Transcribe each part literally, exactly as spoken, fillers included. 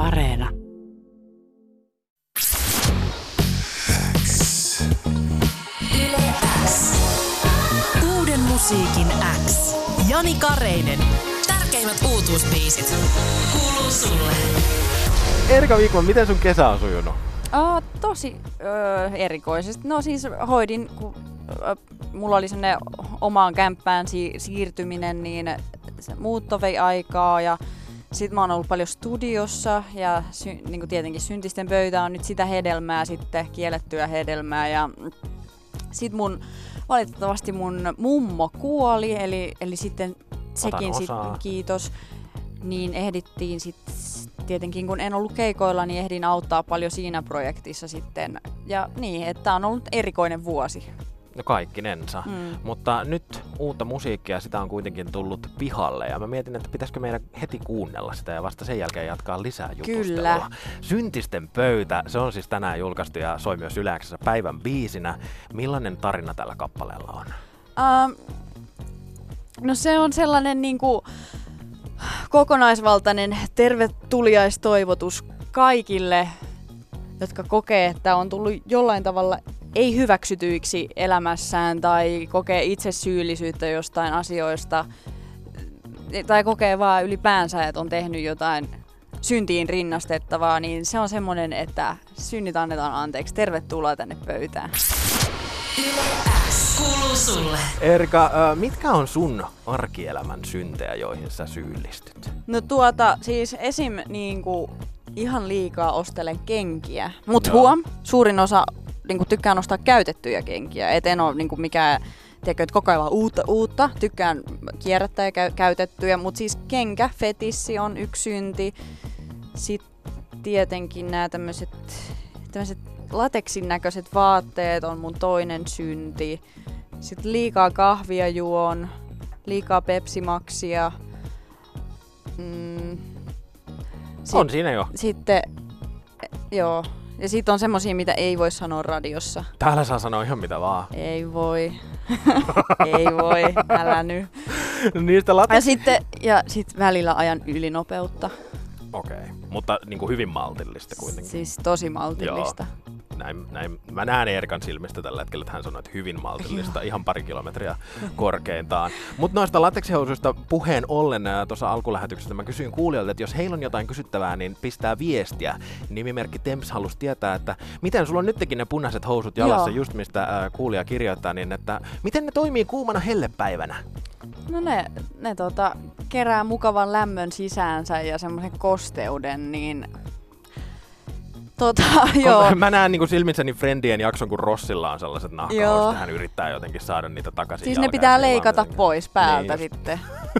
Areena. Yle X. Uuden musiikin X. Jani Kareinen. Tärkeimmät uutuusbiisit. Kuuluu sulle. Erika Wikman, miten sun kesä on sujunut? Uh, tosi uh, erikoisesti. No siis hoidin, kun uh, mulla oli sellainen omaan kämppään si- siirtyminen, niin se muutto vei aikaa ja sit mä oon ollut paljon studiossa ja sy- niin tietenkin Syntisten pöytä on nyt sitä hedelmää sitten, kiellettyä hedelmää ja sit mun, valitettavasti mun mummo kuoli, eli, eli sitten sekin sit, kiitos, niin ehdittiin sitten tietenkin kun en ollut keikoilla, niin ehdin auttaa paljon siinä projektissa sitten. Ja niin, että on ollut erikoinen vuosi. No kaikkinensa. Mm. Mutta nyt uutta musiikkia, sitä on kuitenkin tullut pihalle. Ja mä mietin, että pitäisikö meidän heti kuunnella sitä ja vasta sen jälkeen jatkaa lisää jutustelua. Kyllä. Syntisten pöytä, se on siis tänään julkaistu ja soi myös Yle X:ssä päivän biisinä. Millainen tarina tällä kappaleella on? Uh, no se on sellainen niinku kokonaisvaltainen tervetuliaistoivotus kaikille, jotka kokee, että on tullut jollain tavalla ei hyväksytyiksi elämässään tai kokee itse syyllisyyttä jostain asioista tai kokee vaan ylipäänsä, että on tehnyt jotain syntiin rinnastettavaa, niin se on semmoinen, että synnit annetaan anteeksi. Tervetuloa tänne pöytään. Yle X. Kuuluu sulle. Erika, mitkä on sun arkielämän syntejä, joihin sä syyllistyt? No tuota, siis esim. Niinku ihan liikaa ostelen kenkiä. Mut Joo. huom, suurin osa niinku tykkään ostaa käytettyjä kenkiä. Et en oo niinku mikään, tiedätkö, että koko ajan vaan uutta, uutta. Tykkään kierrättää ja käy, käytettyjä, mut siis kenkä, fetissi on yksi synti. Sitten tietenkin nämä tämmöiset tämmöiset lateksin näköiset vaatteet on mun toinen synti. Sitten liikaa kahvia juon, liikaa pepsimaksia. Mm. Sit, On siinä jo. Sitten, joo. Ja sitten on semmosia, mitä ei voi sanoa radiossa. Täällä saa sanoa ihan mitä vaan. Ei voi. Ei voi, älä nyt. Niistä late- Ja sitten ja sit välillä ajan ylinopeutta. Okei, okay. Mutta niin kuin hyvin maltillista kuitenkin. Siis tosi maltillista. Joo. Näin, näin. Mä näen Erikan silmistä tällä hetkellä, että hän sanoi, että hyvin maltillista, ihan pari kilometriä korkeintaan. Mutta noista lateksihousuista puheen ollen tuossa alkulähetyksestä mä kysyin kuulijoilta, että jos heillä on jotain kysyttävää, niin pistää viestiä. Nimimerkki Temps halusi tietää, että miten sulla on nytkin ne punaiset housut jalassa, Joo. just mistä äh, kuulija kirjoittaa, niin että miten ne toimii kuumana hellepäivänä? No ne, ne tota, kerää mukavan lämmön sisäänsä ja semmoisen kosteuden, niin Tota, joo. Mä näen niin silmissäni Friendien jakson, kun Rossilla on sellaiset nahkahousut, hän yrittää jotenkin saada niitä takaisin. Siis ne pitää leikata pois päältä niin sitten.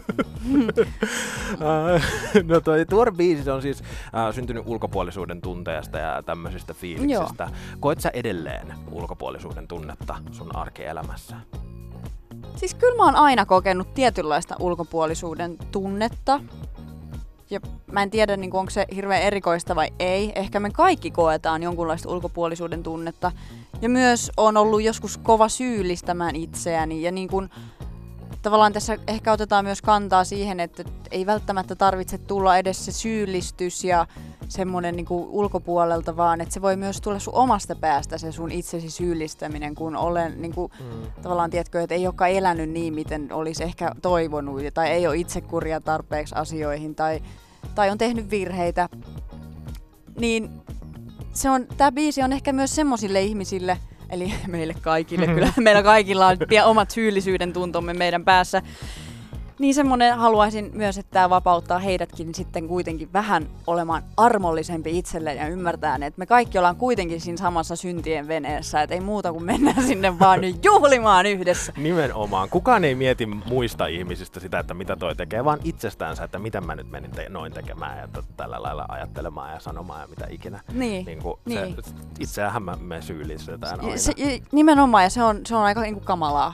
No toi tuore biisi on siis äh, syntynyt ulkopuolisuuden tunteesta ja tämmöisistä fiiliksistä. Joo. Koet sä edelleen ulkopuolisuuden tunnetta sun arkielämässä? Siis kyllä mä oon aina kokenut tietynlaista ulkopuolisuuden tunnetta. Ja mä en tiedä, niin onko se hirveän erikoista vai ei. Ehkä me kaikki koetaan jonkunlaista ulkopuolisuuden tunnetta. Ja myös on ollut joskus kova syyllistämään itseäni. Ja niin kun, tavallaan tässä ehkä otetaan myös kantaa siihen, että ei välttämättä tarvitse tulla edes se syyllistys ja semmoinen niin kuin ulkopuolelta, vaan että se voi myös tulla sun omasta päästä se sun itsesi syyllistäminen, kun olen niin kuin, mm. tavallaan tiedätkö, että ei olekaan elänyt niin, miten olisi ehkä toivonut, tai ei ole itsekuria tarpeeksi asioihin, tai, tai on tehnyt virheitä. Niin se on, tää biisi on ehkä myös semmosille ihmisille, eli meille kaikille, kyllä meillä kaikilla on omat syyllisyyden tuntomme meidän päässä. Niin semmoinen haluaisin myös, että tämä vapauttaa heidätkin sitten kuitenkin vähän olemaan armollisempi itselleen ja ymmärtää, että me kaikki ollaan kuitenkin siinä samassa syntien veneessä, että ei muuta kuin mennään sinne vaan nyt juhlimaan yhdessä. Nimenomaan. Kukaan ei mieti muista ihmisistä sitä, että mitä toi tekee, vaan itsestäänsä, että mitä mä nyt menin te- noin tekemään ja t- tällä lailla ajattelemaan ja sanomaan ja mitä ikinä. Niin. niin kuin niin. Se, itseähän me syyllistetään aina. Se, nimenomaan, ja se on, se on aika niin kuin kamalaa.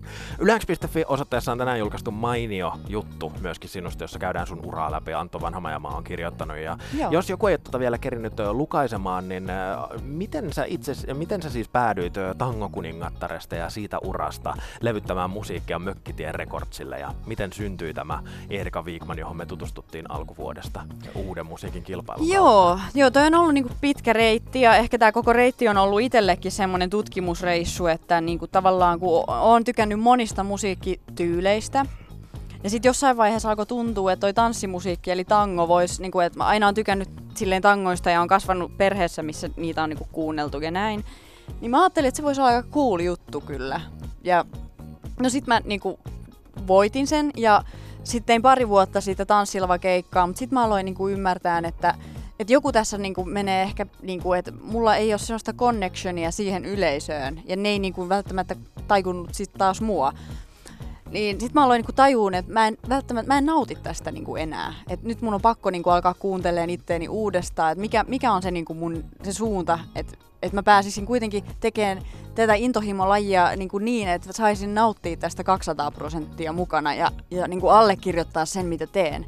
Yle X piste fi osoitteessa on tänään julkaistu mainio juttu myöskin sinusta, jossa käydään sun uraa läpi. Antto Vanhamajamaa on kirjoittanut. Ja jos joku ei ole tuota vielä kerinyt lukaisemaan, niin miten sä, itse, miten sä siis päädyit tangokuningattaresta ja siitä urasta levyttämään musiikkia Mökkitien Recordsille? Ja miten syntyi tämä Erika Wigman, johon me tutustuttiin alkuvuodesta uuden musiikin kilpailun? Joo, joo, toi on ollut niinku pitkä reitti ja ehkä tää koko reitti on ollut itsellekin semmoinen tutkimusreissu, että niinku tavallaan kun oon tykännyt monista musiikkityyleistä ja sitten jossain vaiheessa alkoi tuntua, että toi tanssimusiikki eli tango voisi, niinku, että mä aina oon tykännyt silleen tangoista ja on kasvanut perheessä, missä niitä on niinku kuunneltu ja näin, niin mä ajattelin, että se voisi olla aika cool juttu kyllä. Ja no sit mä niinku voitin sen ja sitten tein pari vuotta siitä tanssilava keikkaa, mutta sitten mä aloin niinku ymmärtää, että että joku tässä niinku menee ehkä, niinku, että mulla ei ole sellaista connectionia siihen yleisöön ja ne ei niinku välttämättä tajunnut sit taas mua. Niin sit mä aloin niinku tajuun, että mä en välttämättä mä en nauti tästä niinku enää. Et nyt mun on pakko niinku alkaa kuuntelemaan itteeni uudestaan, että mikä, mikä on se, niinku mun, se suunta, että et mä pääsisin kuitenkin tekemään tätä intohimolajia niinku niin, että saisin nauttia tästä kaksisataa prosenttia mukana ja, ja niinku allekirjoittaa sen, mitä teen.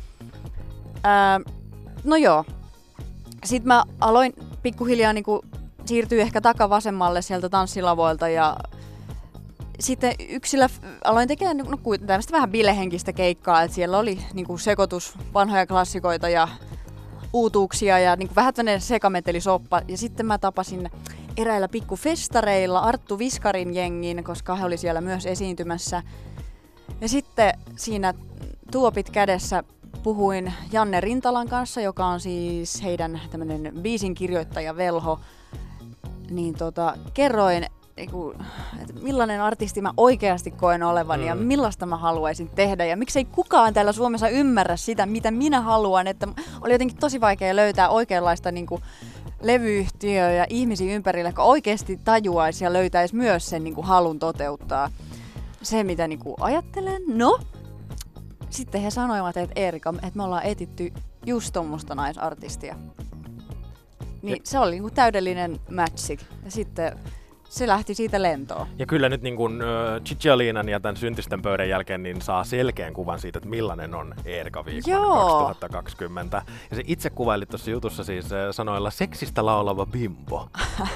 Ää, no joo. Sitten mä aloin pikkuhiljaa niinku siirtyä ehkä takavasemmalle sieltä tanssilavoilta ja sitten yksillä aloin tekemään no, tämmöistä vähän bilehenkistä keikkaa, että siellä oli niinku sekoitus vanhoja klassikoita ja uutuuksia ja niinku vähän tämmöinen sekametelisoppa. Ja sitten mä tapasin eräillä pikkufestareilla Arttu Viskarin jengin, koska he oli siellä myös esiintymässä. Ja sitten siinä tuopit kädessä puhuin Janne Rintalan kanssa, joka on siis heidän tämmöinen biisin kirjoittaja velho. Niin tota, kerroin, että millainen artisti mä oikeasti koen olevan mm. ja millaista mä haluaisin tehdä. Ja miksei kukaan täällä Suomessa ymmärrä sitä, mitä minä haluan. Että oli jotenkin tosi vaikea löytää oikeanlaista niin kuin levyyhtiöä ja ihmisiä ympärillä, jotka oikeasti tajuaisi ja löytäisi myös sen niin kuin halun toteuttaa. Se, mitä niin kuin ajattelen, no... Sitten he sanoivat, että Erika, että me ollaan etitty just tommoista naisartistia. Niin se oli niinku täydellinen matchi. Ja sitten se lähti siitä lentoon. Ja kyllä nyt niin kuin äh, Cicciolinan ja tämän syntisten pöydän jälkeen niin saa selkeän kuvan siitä, että millainen on Erika Wigman kaksituhattakaksikymmentä. Ja se itse kuvailit tuossa jutussa siis äh, sanoilla seksistä laulava bimbo.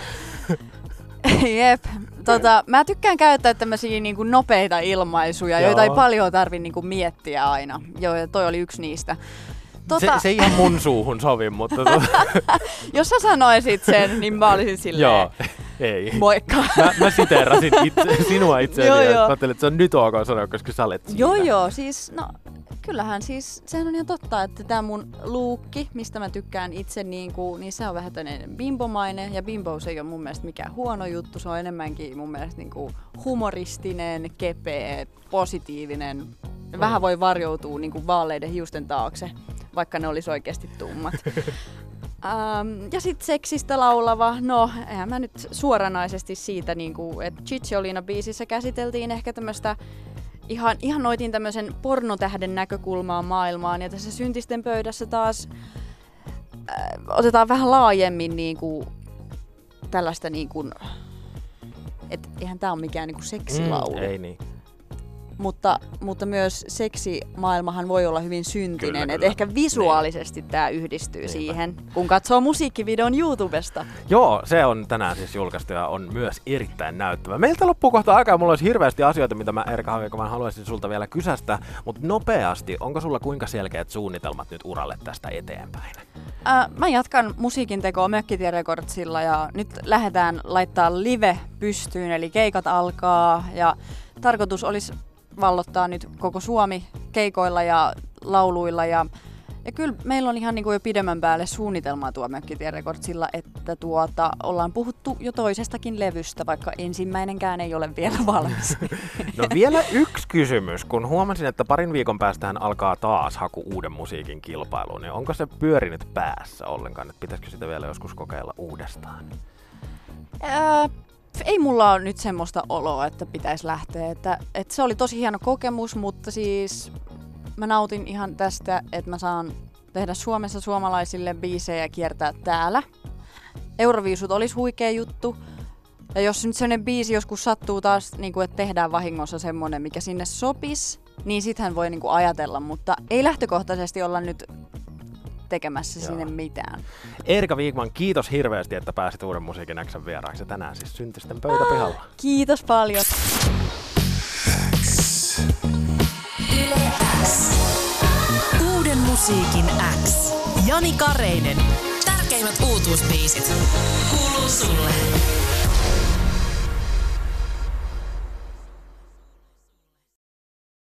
Jep. Tota, mä tykkään käyttää tämmöisiä niinku nopeita ilmaisuja, joita ei paljon tarvitse niinku miettiä aina. Joo, ja toi oli yksi niistä. Tota... Se, se ei ihan mun suuhun sovi, mutta... Jos sä sanoisit sen, niin mä olisin silleen... Joo, ei. Moikka. Mä, mä siteerasin itse, sinua itseäni ja mä ajattelin, että se on nyt ok sanoa, koska sä olet siinä. Joo, joo. Siis, no, kyllähän siis, sehän on ihan totta, että tää mun luukki, mistä mä tykkään itse, niin, kuin, niin se on vähän tämmönen bimbomainen. Ja bimbous ei ole mun mielestä mikään huono juttu, se on enemmänkin mun mielestä niin kuin humoristinen, kepeä, positiivinen. Vähän voi varjoutua niin kuin vaaleiden hiusten taakse, vaikka ne olisi oikeasti tummat. Ähm, ja sitten seksistä laulava, no eihän mä nyt suoranaisesti siitä, niin kuin, että Cicciolina-biisissä käsiteltiin ehkä tämmöistä, ihan, ihan noitin tämmöisen pornotähden näkökulmaa maailmaan, ja tässä syntisten pöydässä taas äh, otetaan vähän laajemmin niin kuin, tällaista, niin kuin, että eihän tää ole mikään niin kuin seksilaulu. Mm, ei niin. Mutta, mutta myös seksimaailmahan voi olla hyvin syntinen, että ehkä visuaalisesti niin. Tämä yhdistyy Niinpä. Siihen, kun katsoo musiikkivideon YouTubesta. Joo, se on tänään siis julkaistu ja on myös erittäin näyttävä. Meiltä loppuu kohta aikaa, mulla olisi hirveästi asioita, mitä mä Erika Wigman haluaisin sulta vielä kysästä, mutta nopeasti, onko sulla kuinka selkeät suunnitelmat nyt uralle tästä eteenpäin? Äh, mä jatkan musiikin tekoa Mökkitien Recordsilla ja nyt lähdetään laittaa live pystyyn, eli keikat alkaa ja tarkoitus olisi vallottaa nyt koko Suomi keikoilla ja lauluilla. Ja, ja kyllä meillä on ihan niin kuin jo pidemmän päälle suunnitelmaa tuo Mökkitien Recordsilla, että tuota, ollaan puhuttu jo toisestakin levystä, vaikka ensimmäinenkään ei ole vielä valmis. No vielä yksi kysymys, kun huomasin, että parin viikon päästähän alkaa taas haku uuden musiikin kilpailuun, niin onko se pyörinyt päässä ollenkaan, että pitäisikö sitä vielä joskus kokeilla uudestaan? Ää, Ei mulla ole nyt semmoista oloa, että pitäisi lähteä. Että, että se oli tosi hieno kokemus, mutta siis mä nautin ihan tästä, että mä saan tehdä Suomessa suomalaisille biisejä ja kiertää täällä. Euroviisut olisi huikea juttu. Ja jos nyt sellainen biisi joskus sattuu taas, niin kuin, että tehdään vahingossa semmoinen, mikä sinne sopisi, niin sittenhän voi niin kuin ajatella, mutta ei lähtökohtaisesti olla nyt tekemässä Joo. sinne mitään. Erika Wigman, kiitos hirveästi, että pääsit Uuden musiikin X:n vieraaksi. Tänään siis Syntisten pöytäpihalla. Ah, kiitos paljon. Yle X. Uuden musiikin X. Jani Kareinen. Tärkeimmät uutuusbiisit kuuluu sulle.